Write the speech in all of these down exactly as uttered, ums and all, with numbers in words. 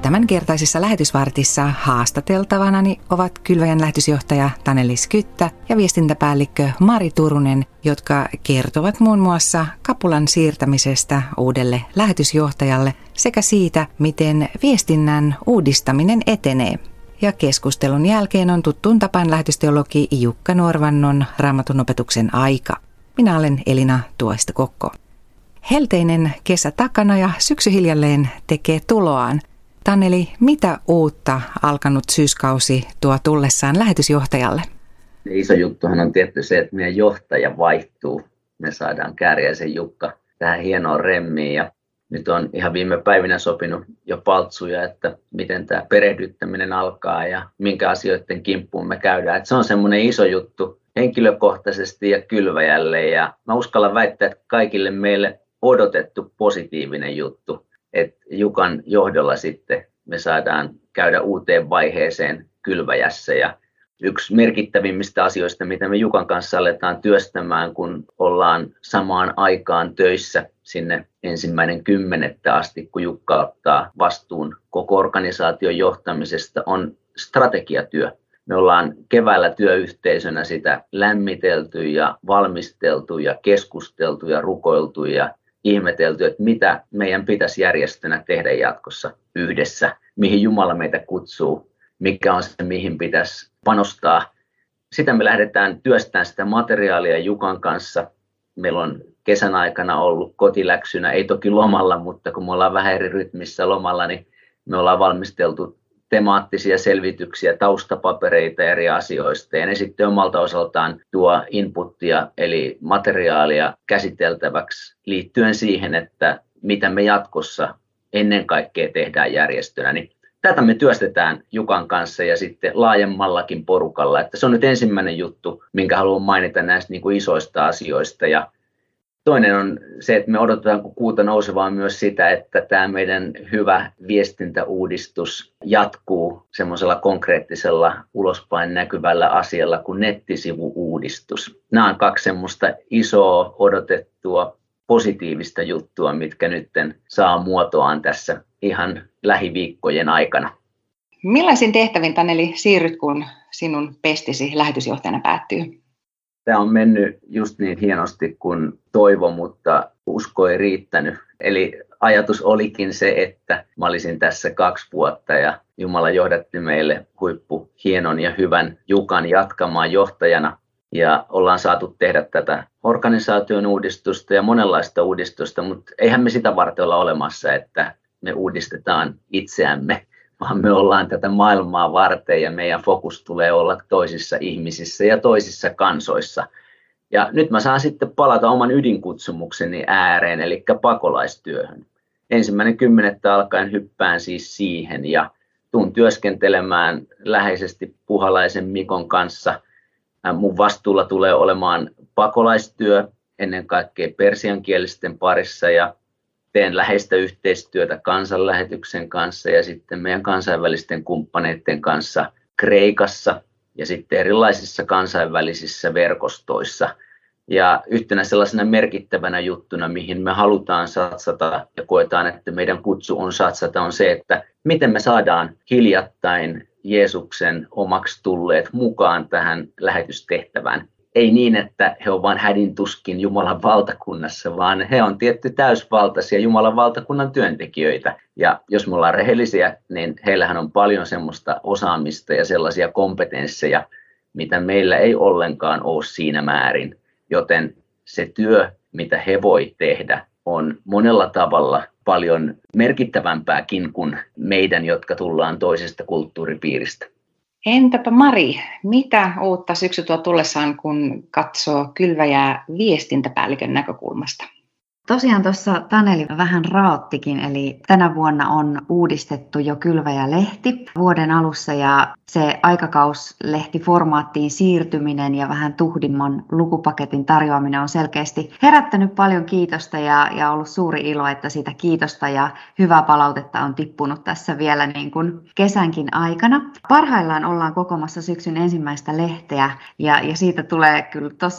Tämänkertaisessa lähetysvartissa haastateltavanani ovat Kylväjän lähetysjohtaja Taneli Skyttä ja viestintäpäällikkö Mari Turunen, jotka kertovat muun muassa kapulan siirtämisestä uudelle lähetysjohtajalle sekä siitä, miten viestinnän uudistaminen etenee. Ja keskustelun jälkeen on tuttuun tapaan lähetysteologi Jukka Nuorvannon Raamatun opetuksen aika. Minä olen Elina Tuoista-Kokko. Helteinen kesä takana ja syksy hiljalleen tekee tuloaan. Taneli, mitä uutta alkanut syyskausi tuo tullessaan lähetysjohtajalle? Iso juttuhan on tietty se, että meidän johtaja vaihtuu. Me saadaan Kääriäisen Jukka tähän hienoon remmiin ja nyt on ihan viime päivinä sopinut jo paltsuja, että miten tämä perehdyttäminen alkaa ja minkä asioiden kimppuun me käydään. Että se on semmoinen iso juttu henkilökohtaisesti ja Kylväjälle ja mä uskallan väittää, että kaikille meille odotettu positiivinen juttu, että Jukan johdolla sitten me saadaan käydä uuteen vaiheeseen Kylväjässä. Ja yksi merkittävimmistä asioista, mitä me Jukan kanssa aletaan työstämään, kun ollaan samaan aikaan töissä sinne ensimmäinen kymmenettä asti, kun Jukka ottaa vastuun koko organisaation johtamisesta, on strategiatyö. Me ollaan keväällä työyhteisönä sitä lämmitelty ja valmisteltu ja keskusteltu ja rukoiltu ja ihmetelty, että mitä meidän pitäisi järjestönä tehdä jatkossa yhdessä, mihin Jumala meitä kutsuu, mikä on se, mihin pitäisi panostaa. Sitä me lähdetään työstämään sitä materiaalia Jukan kanssa. Meillä on kesän aikana ollut kotiläksynä, ei toki lomalla, mutta kun me ollaan vähän eri rytmissä lomalla, niin me ollaan valmisteltu temaattisia selvityksiä, taustapapereita eri asioista ja ne sitten omalta osaltaan tuo inputtia eli materiaalia käsiteltäväksi liittyen siihen, että mitä me jatkossa ennen kaikkea tehdään järjestönä. Niin tätä me työstetään Jukan kanssa ja sitten laajemmallakin porukalla. Että se on nyt ensimmäinen juttu, minkä haluan mainita näistä niin kuin isoista asioista. Ja toinen on se, että me odotetaan kuuta nousevaa myös sitä, että tämä meidän hyvä viestintäuudistus jatkuu semmoisella konkreettisella ulospäin näkyvällä asialla kuin nettisivu-uudistus. Nämä on kaksi semmoista isoa odotettua positiivista juttua, mitkä nyt saa muotoaan tässä ihan lähiviikkojen aikana. Millaisiin tehtäviin, Taneli, siirryt, kun sinun pestisi lähetysjohtajana päättyy? Tämä on mennyt just niin hienosti kuin toivo, mutta usko ei riittänyt. Eli ajatus olikin se, että mä olisin tässä kaksi vuotta ja Jumala johdatti meille huippu hienon ja hyvän Jukan jatkamaan johtajana. Ja ollaan saatu tehdä tätä organisaation uudistusta ja monenlaista uudistusta, mutta eihän me sitä varten olla olemassa, että me uudistetaan itseämme, vaan me ollaan tätä maailmaa varten ja meidän fokus tulee olla toisissa ihmisissä ja toisissa kansoissa. Ja nyt mä saan sitten palata oman ydinkutsumukseni ääreen, eli pakolaistyöhön. Ensimmäinen kymmenettä alkaen hyppään siis siihen ja tuun työskentelemään läheisesti Puhalaisen Mikon kanssa. Mun vastuulla tulee olemaan pakolaistyö ennen kaikkea persiankielisten parissa ja teen läheistä yhteistyötä kansanlähetyksen kanssa ja sitten meidän kansainvälisten kumppaneiden kanssa Kreikassa ja sitten erilaisissa kansainvälisissä verkostoissa. Ja yhtenä sellaisena merkittävänä juttuna, mihin me halutaan satsata ja koetaan, että meidän kutsu on satsata, on se, että miten me saadaan hiljattain Jeesuksen omaksi tulleet mukaan tähän lähetystehtävään. Ei niin, että he ovat vain hädintuskin Jumalan valtakunnassa, vaan he on tietty täysvaltaisia Jumalan valtakunnan työntekijöitä. Ja jos me ollaan rehellisiä, niin heillähän on paljon semmoista osaamista ja sellaisia kompetensseja, mitä meillä ei ollenkaan ole siinä määrin. Joten se työ, mitä he voi tehdä, on monella tavalla paljon merkittävämpääkin kuin meidän, jotka tullaan toisesta kulttuuripiiristä. Entäpä Mari, mitä uutta syksy tuo tullessaan, kun katsoo Kylväjää viestintäpäällikön näkökulmasta? Tosiaan tuossa Taneli vähän raottikin, eli tänä vuonna on uudistettu jo Kylväjä-lehti vuoden alussa ja se aikakauslehtiformaattiin siirtyminen ja vähän tuhdimman lukupaketin tarjoaminen on selkeästi herättänyt paljon kiitosta ja, ja ollut suuri ilo, että sitä kiitosta ja hyvää palautetta on tippunut tässä vielä niin kuin kesänkin aikana. Parhaillaan ollaan kokoamassa syksyn ensimmäistä lehteä ja, ja siitä tulee kyllä tosi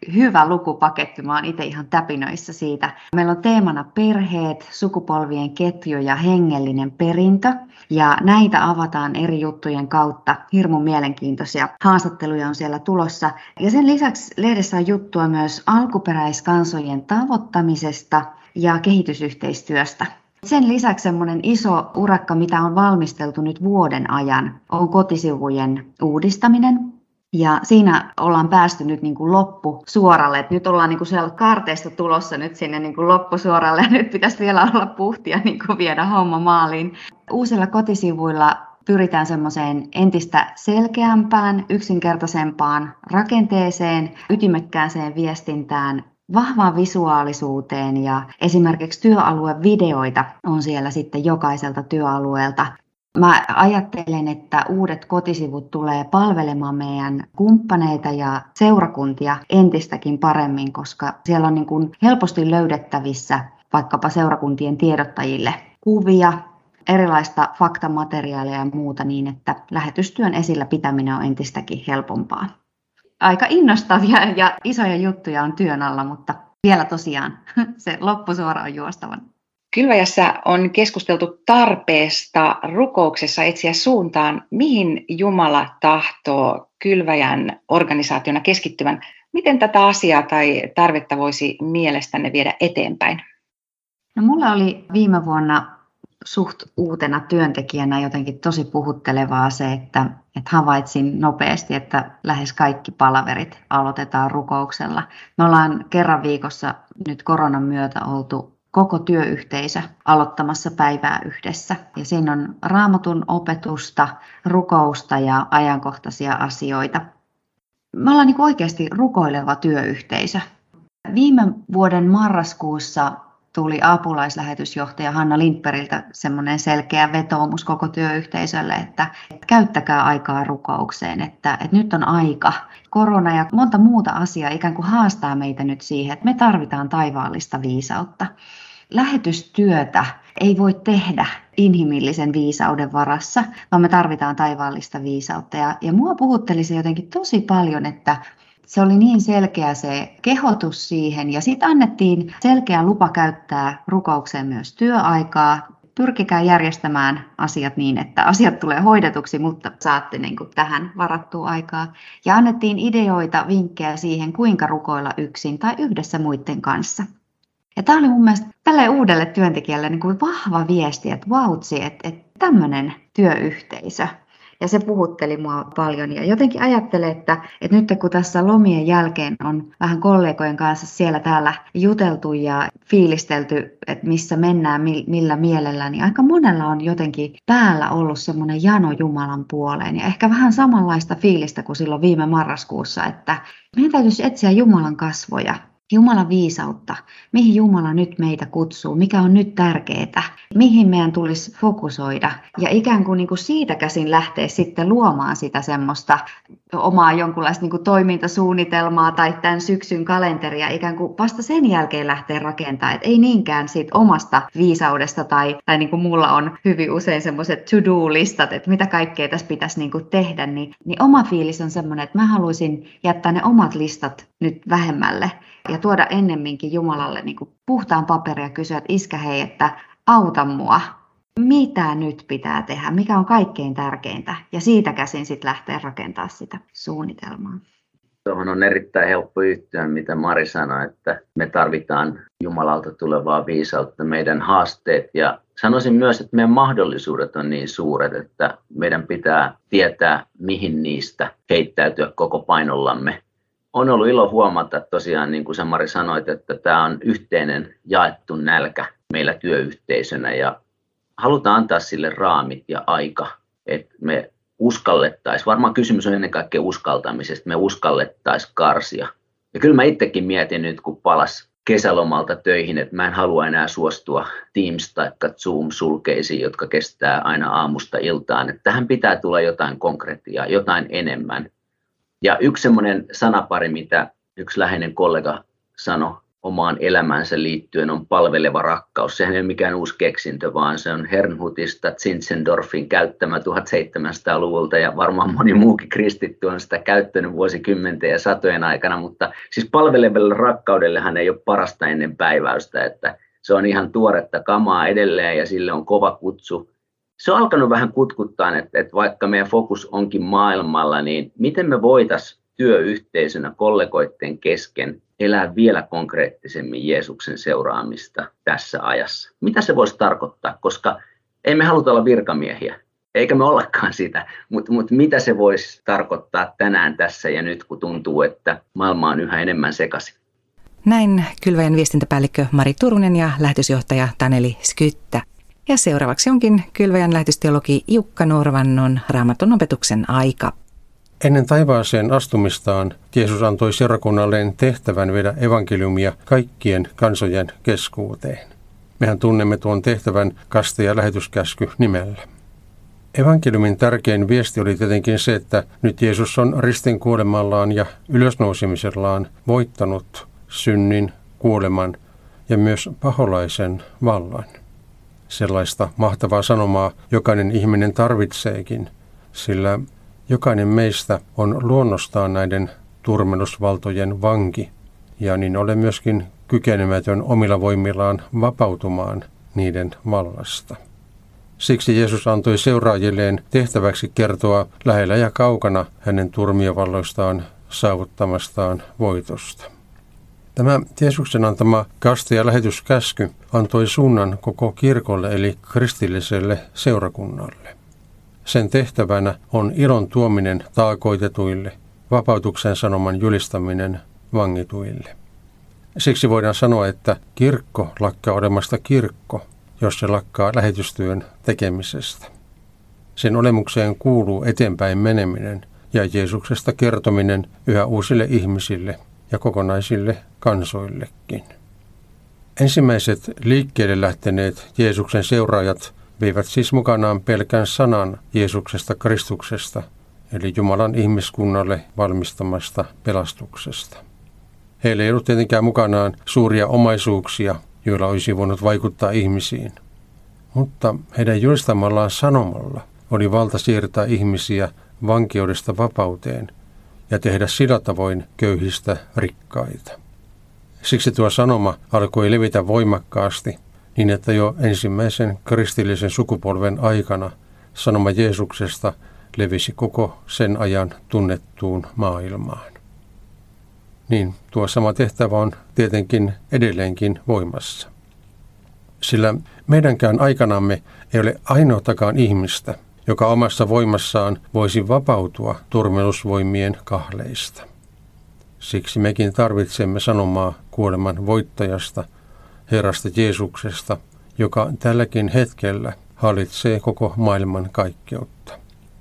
hyvä lukupaketti. Mä oon itse ihan täpinöissä siitä. Meillä on teemana perheet, sukupolvien ketju ja hengellinen perintö. Ja näitä avataan eri juttujen kautta. Hirmu mielenkiintoisia haastatteluja on siellä tulossa. Ja sen lisäksi lehdessä on juttua myös alkuperäiskansojen tavoittamisesta ja kehitysyhteistyöstä. Sen lisäksi semmoinen iso urakka, mitä on valmisteltu nyt vuoden ajan, on kotisivujen uudistaminen. Ja siinä ollaan päästy nyt niin kuin loppusuoralle. Et nyt ollaan niin kuin siellä kaarteista tulossa nyt sinne niin kuin loppusuoralle ja nyt pitäisi vielä olla puhtia niin kuin viedä homma maaliin. Uusilla kotisivuilla pyritään semmoiseen entistä selkeämpään, yksinkertaisempaan rakenteeseen, ytimekkääseen viestintään, vahvaan visuaalisuuteen ja esimerkiksi työaluevideoita on siellä sitten jokaiselta työalueelta. Mä ajattelen, että uudet kotisivut tulee palvelemaan meidän kumppaneita ja seurakuntia entistäkin paremmin, koska siellä on niin kuin helposti löydettävissä vaikkapa seurakuntien tiedottajille kuvia, erilaista faktamateriaalia ja muuta niin, että lähetystyön esillä pitäminen on entistäkin helpompaa. Aika innostavia ja isoja juttuja on työn alla, mutta vielä tosiaan se loppusuora on juostavan. Kylväjässä on keskusteltu tarpeesta rukouksessa etsiä suuntaan, mihin Jumala tahtoo Kylväjän organisaationa keskittyvän. Miten tätä asiaa tai tarvetta voisi mielestänne viedä eteenpäin? No, mulla oli viime vuonna suht uutena työntekijänä jotenkin tosi puhuttelevaa se, että, että havaitsin nopeasti, että lähes kaikki palaverit aloitetaan rukouksella. Me ollaan kerran viikossa nyt koronan myötä oltu koko työyhteisö aloittamassa päivää yhdessä. Ja siinä on Raamatun opetusta, rukousta ja ajankohtaisia asioita. Me ollaan niin oikeasti rukoileva työyhteisö. Viime vuoden marraskuussa tuli apulaislähetysjohtaja Hanna Lindbergiltä semmoinen selkeä vetoomus koko työyhteisölle, että käyttäkää aikaa rukoukseen, että, että nyt on aika. Korona ja monta muuta asiaa ikään kuin haastaa meitä nyt siihen, että me tarvitaan taivaallista viisautta. Lähetystyötä ei voi tehdä inhimillisen viisauden varassa, vaan me tarvitaan taivaallista viisautta. Ja, ja mua puhutteli se jotenkin tosi paljon, että se oli niin selkeä se kehotus siihen ja sitten annettiin selkeä lupa käyttää rukoukseen myös työaikaa. Pyrkikää järjestämään asiat niin, että asiat tulee hoidetuksi, mutta saatte niin kuin tähän varattua aikaa. Ja annettiin ideoita, vinkkejä siihen, kuinka rukoilla yksin tai yhdessä muiden kanssa. Ja tämä oli mun mielestä tälle uudelle työntekijälle niin kuin vahva viesti, että vautsi, että, että tämmöinen työyhteisö. Ja se puhutteli mua paljon ja jotenkin ajattelen, että, että nyt kun tässä lomien jälkeen on vähän kollegojen kanssa siellä täällä juteltu ja fiilistelty, että missä mennään, millä mielellä, niin aika monella on jotenkin päällä ollut semmoinen jano Jumalan puoleen. Ja ehkä vähän samanlaista fiilistä kuin silloin viime marraskuussa, että meidän täytyisi etsiä Jumalan kasvoja. Jumalan viisautta, mihin Jumala nyt meitä kutsuu, mikä on nyt tärkeää, mihin meidän tulisi fokusoida ja ikään kuin, niin kuin siitä käsin lähteä sitten luomaan sitä semmoista omaa jonkunlaista niin kuin toimintasuunnitelmaa tai tämän syksyn kalenteria ikään kuin vasta sen jälkeen lähteä rakentamaan, että ei niinkään siitä omasta viisaudesta tai, tai niin kuin mulla on hyvin usein semmoiset to-do-listat, että mitä kaikkea tässä pitäisi niin kuin tehdä, niin, niin oma fiilis on semmoinen, että mä haluaisin jättää ne omat listat nyt vähemmälle ja tuoda ennemminkin Jumalalle niin kuin puhtaan paperia ja kysyä, että iskä hei, että auta mua. Mitä nyt pitää tehdä? Mikä on kaikkein tärkeintä? Ja siitä käsin sitten lähteä rakentamaan sitä suunnitelmaa. Tuohon on erittäin helppo yhtyä, mitä Mari sanoi, että me tarvitaan Jumalalta tulevaa viisautta, meidän haasteet. Ja sanoisin myös, että meidän mahdollisuudet on niin suuret, että meidän pitää tietää, mihin niistä heittäytyä koko painollamme. On ollut ilo huomata tosiaan, niin kuin sä Mari sanoit, että tämä on yhteinen jaettu nälkä meillä työyhteisönä ja halutaan antaa sille raamit ja aika, että me uskallettaisiin, varmaan kysymys on ennen kaikkea uskaltamisesta, me uskallettaisiin karsia. Ja kyllä mä itsekin mietin nyt, kun palas kesälomalta töihin, että mä en halua enää suostua Teams- tai Zoom-sulkeisiin, jotka kestää aina aamusta iltaan. Että tähän pitää tulla jotain konkretiaa, jotain enemmän. Ja yksi semmoinen sanapari, mitä yksi läheinen kollega sanoi, omaan elämänsä liittyen on palveleva rakkaus. Sehän ei ole mikään uusi keksintö, vaan se on Herrnhutista Zinzendorfin käyttämä tuhatseitsemänsataaluvulta ja varmaan moni muukin kristitty on sitä käyttänyt vuosikymmenten ja satojen aikana, mutta siis palvelevalle rakkaudellehan ei ole parasta ennen päiväystä, että se on ihan tuoretta kamaa edelleen ja sille on kova kutsu. Se on alkanut vähän kutkuttaa, että, että vaikka meidän fokus onkin maailmalla, niin miten me voitaisiin työyhteisönä kollegoiden kesken elää vielä konkreettisemmin Jeesuksen seuraamista tässä ajassa. Mitä se voisi tarkoittaa, koska ei me haluta olla virkamiehiä, eikä me ollakaan sitä, mutta, mutta mitä se voisi tarkoittaa tänään tässä ja nyt, kun tuntuu, että maailma on yhä enemmän sekaisin. Näin Kylväjän viestintäpäällikkö Mari Turunen ja lähetysjohtaja Taneli Skyttä. Ja seuraavaksi onkin Kylväjän lähetysteologi Jukka Norvannon Raamatun opetuksen aika. Ennen taivaaseen astumistaan Jeesus antoi seurakunnalleen tehtävän viedä evankeliumia kaikkien kansojen keskuuteen. Mehän tunnemme tuon tehtävän kaste- ja lähetyskäsky nimellä. Evankeliumin tärkein viesti oli tietenkin se, että nyt Jeesus on ristin kuolemallaan ja ylösnousemisellaan voittanut synnin, kuoleman ja myös paholaisen vallan. Sellaista mahtavaa sanomaa jokainen ihminen tarvitseekin, sillä jokainen meistä on luonnostaan näiden turmellusvaltojen vanki, ja niin ole myöskin kykenemätön omilla voimillaan vapautumaan niiden vallasta. Siksi Jeesus antoi seuraajilleen tehtäväksi kertoa lähellä ja kaukana hänen turmiovalloistaan saavuttamastaan voitosta. Tämä Jeesuksen antama kaste- ja lähetyskäsky antoi suunnan koko kirkolle eli kristilliselle seurakunnalle. Sen tehtävänä on ilon tuominen taakoitetuille, vapautuksen sanoman julistaminen vangituille. Siksi voidaan sanoa, että kirkko lakkaa olemasta kirkko, jos se lakkaa lähetystyön tekemisestä. Sen olemukseen kuuluu eteenpäin meneminen ja Jeesuksesta kertominen yhä uusille ihmisille ja kokonaisille kansoillekin. Ensimmäiset liikkeelle lähteneet Jeesuksen seuraajat veivät siis mukanaan pelkän sanan Jeesuksesta Kristuksesta, eli Jumalan ihmiskunnalle valmistamasta pelastuksesta. Heillä ei ollut tietenkään mukanaan suuria omaisuuksia, joilla olisi voinut vaikuttaa ihmisiin, mutta heidän julistamallaan sanomalla oli valta siirtää ihmisiä vankeudesta vapauteen ja tehdä sillä tavoin köyhistä rikkaita. Siksi tuo sanoma alkoi levitä voimakkaasti, niin että jo ensimmäisen kristillisen sukupolven aikana sanoma Jeesuksesta levisi koko sen ajan tunnettuun maailmaan. Niin tuo sama tehtävä on tietenkin edelleenkin voimassa. Sillä meidänkään aikanamme ei ole ainoatakaan ihmistä, joka omassa voimassaan voisi vapautua turmelusvoimien kahleista. Siksi mekin tarvitsemme sanomaa kuoleman voittajasta, Herrasta Jeesuksesta, joka tälläkin hetkellä hallitsee koko maailman kaikkeutta.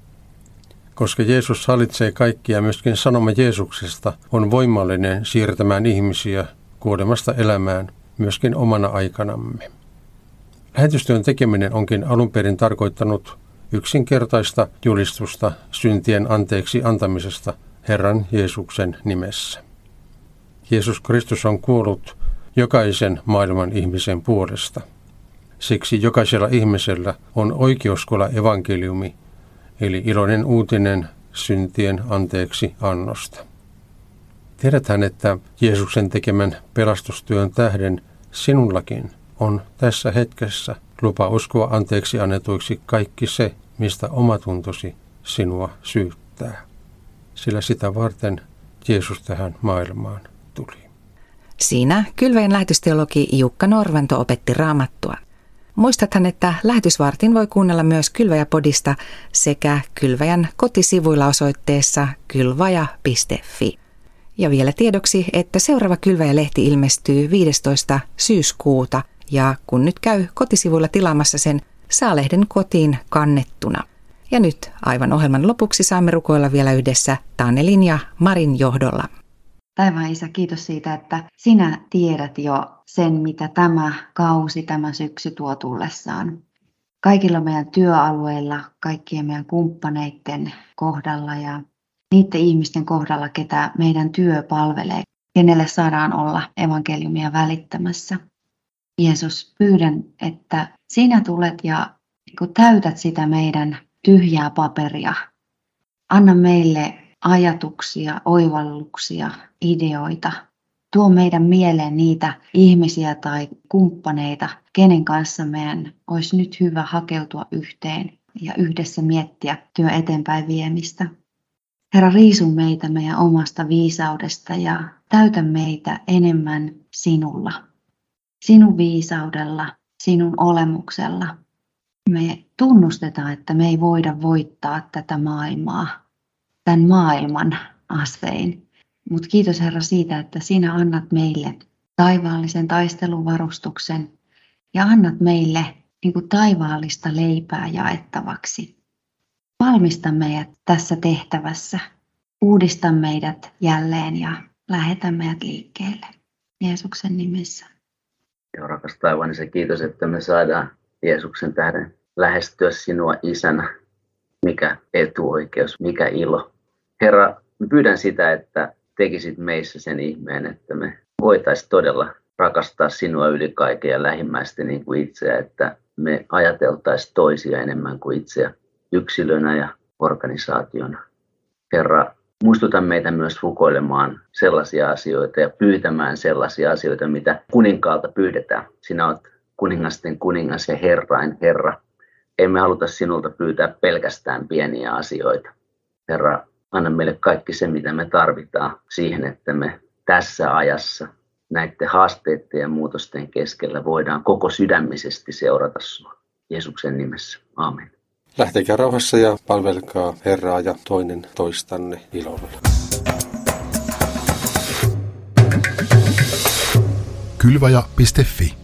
Koska Jeesus hallitsee kaikkia, myöskin sanoma Jeesuksesta on voimallinen siirtämään ihmisiä kuolemasta elämään myöskin omana aikanamme. Lähetystyön tekeminen onkin alun perin tarkoittanut yksinkertaista julistusta syntien anteeksi antamisesta Herran Jeesuksen nimessä. Jeesus Kristus on kuollut jokaisen maailman ihmisen puolesta. Siksi jokaisella ihmisellä on oikeus kuulla evankeliumi, eli iloinen uutinen syntien anteeksi annosta. Tiedäthän, että Jeesuksen tekemän pelastustyön tähden sinullakin on tässä hetkessä lupa uskoa anteeksi annetuiksi kaikki se, mistä omatuntosi sinua syyttää. Sillä sitä varten Jeesus tähän maailmaan tuli. Siinä Kylväjän lähetysteologi Jukka Norvanto opetti Raamattua. Muistathan, että lähetysvartin voi kuunnella myös Kylväjä-podista sekä Kylväjän kotisivuilla osoitteessa kylvaja piste fi. Ja vielä tiedoksi, että seuraava Kylväjä-lehti ilmestyy viidestoista syyskuuta ja kun nyt käy kotisivuilla tilaamassa sen, saa lehden kotiin kannettuna. Ja nyt aivan ohjelman lopuksi saamme rukoilla vielä yhdessä Tanelin ja Marin johdolla. Taivaan Isä, kiitos siitä, että sinä tiedät jo sen, mitä tämä kausi, tämä syksy tuo tullessaan. Kaikilla meidän työalueilla, kaikkien meidän kumppaneiden kohdalla ja niiden ihmisten kohdalla, ketä meidän työ palvelee. kenelle saadaan olla evankeliumia välittämässä. Jeesus, pyydän, että sinä tulet ja täytät sitä meidän tyhjää paperia. Anna meille ajatuksia, oivalluksia, ideoita. Tuo meidän mieleen niitä ihmisiä tai kumppaneita, kenen kanssa meidän olisi nyt hyvä hakeutua yhteen ja yhdessä miettiä työ eteenpäin viemistä. Herra, riisu meitä meidän omasta viisaudesta ja täytä meitä enemmän sinulla. Sinun viisaudella, sinun olemuksella. Me tunnustetaan, että me ei voida voittaa tätä maailmaa, tämän maailman asein. Mutta kiitos Herra siitä, että sinä annat meille taivaallisen taisteluvarustuksen ja annat meille niin kuin taivaallista leipää jaettavaksi. Valmista meidät tässä tehtävässä, uudista meidät jälleen ja lähetä meidät liikkeelle. Jeesuksen nimessä. Ja rakas taivaan Isä, kiitos, että me saadaan Jeesuksen tähden lähestyä sinua Isänä. Mikä etuoikeus, mikä ilo. Herra, pyydän sitä, että tekisit meissä sen ihmeen, että me voitaisiin todella rakastaa sinua yli kaiken ja lähimmäistä niin kuin itseä, että me ajateltaisiin toisia enemmän kuin itseä yksilönä ja organisaationa. Herra, muistuta meitä myös rukoilemaan sellaisia asioita ja pyytämään sellaisia asioita, mitä kuninkaalta pyydetään. Sinä olet kuningasten kuningas ja Herrain Herra. Emme haluta sinulta pyytää pelkästään pieniä asioita. Herra, anna meille kaikki se, mitä me tarvitaan siihen, että me tässä ajassa näiden haasteiden ja muutosten keskellä voidaan koko sydämisesti seurata sinua. Jeesuksen nimessä. Aamen. Lähtekää rauhassa ja palvelkaa Herraa ja toinen toistanne ilolla. Kylvaja piste fi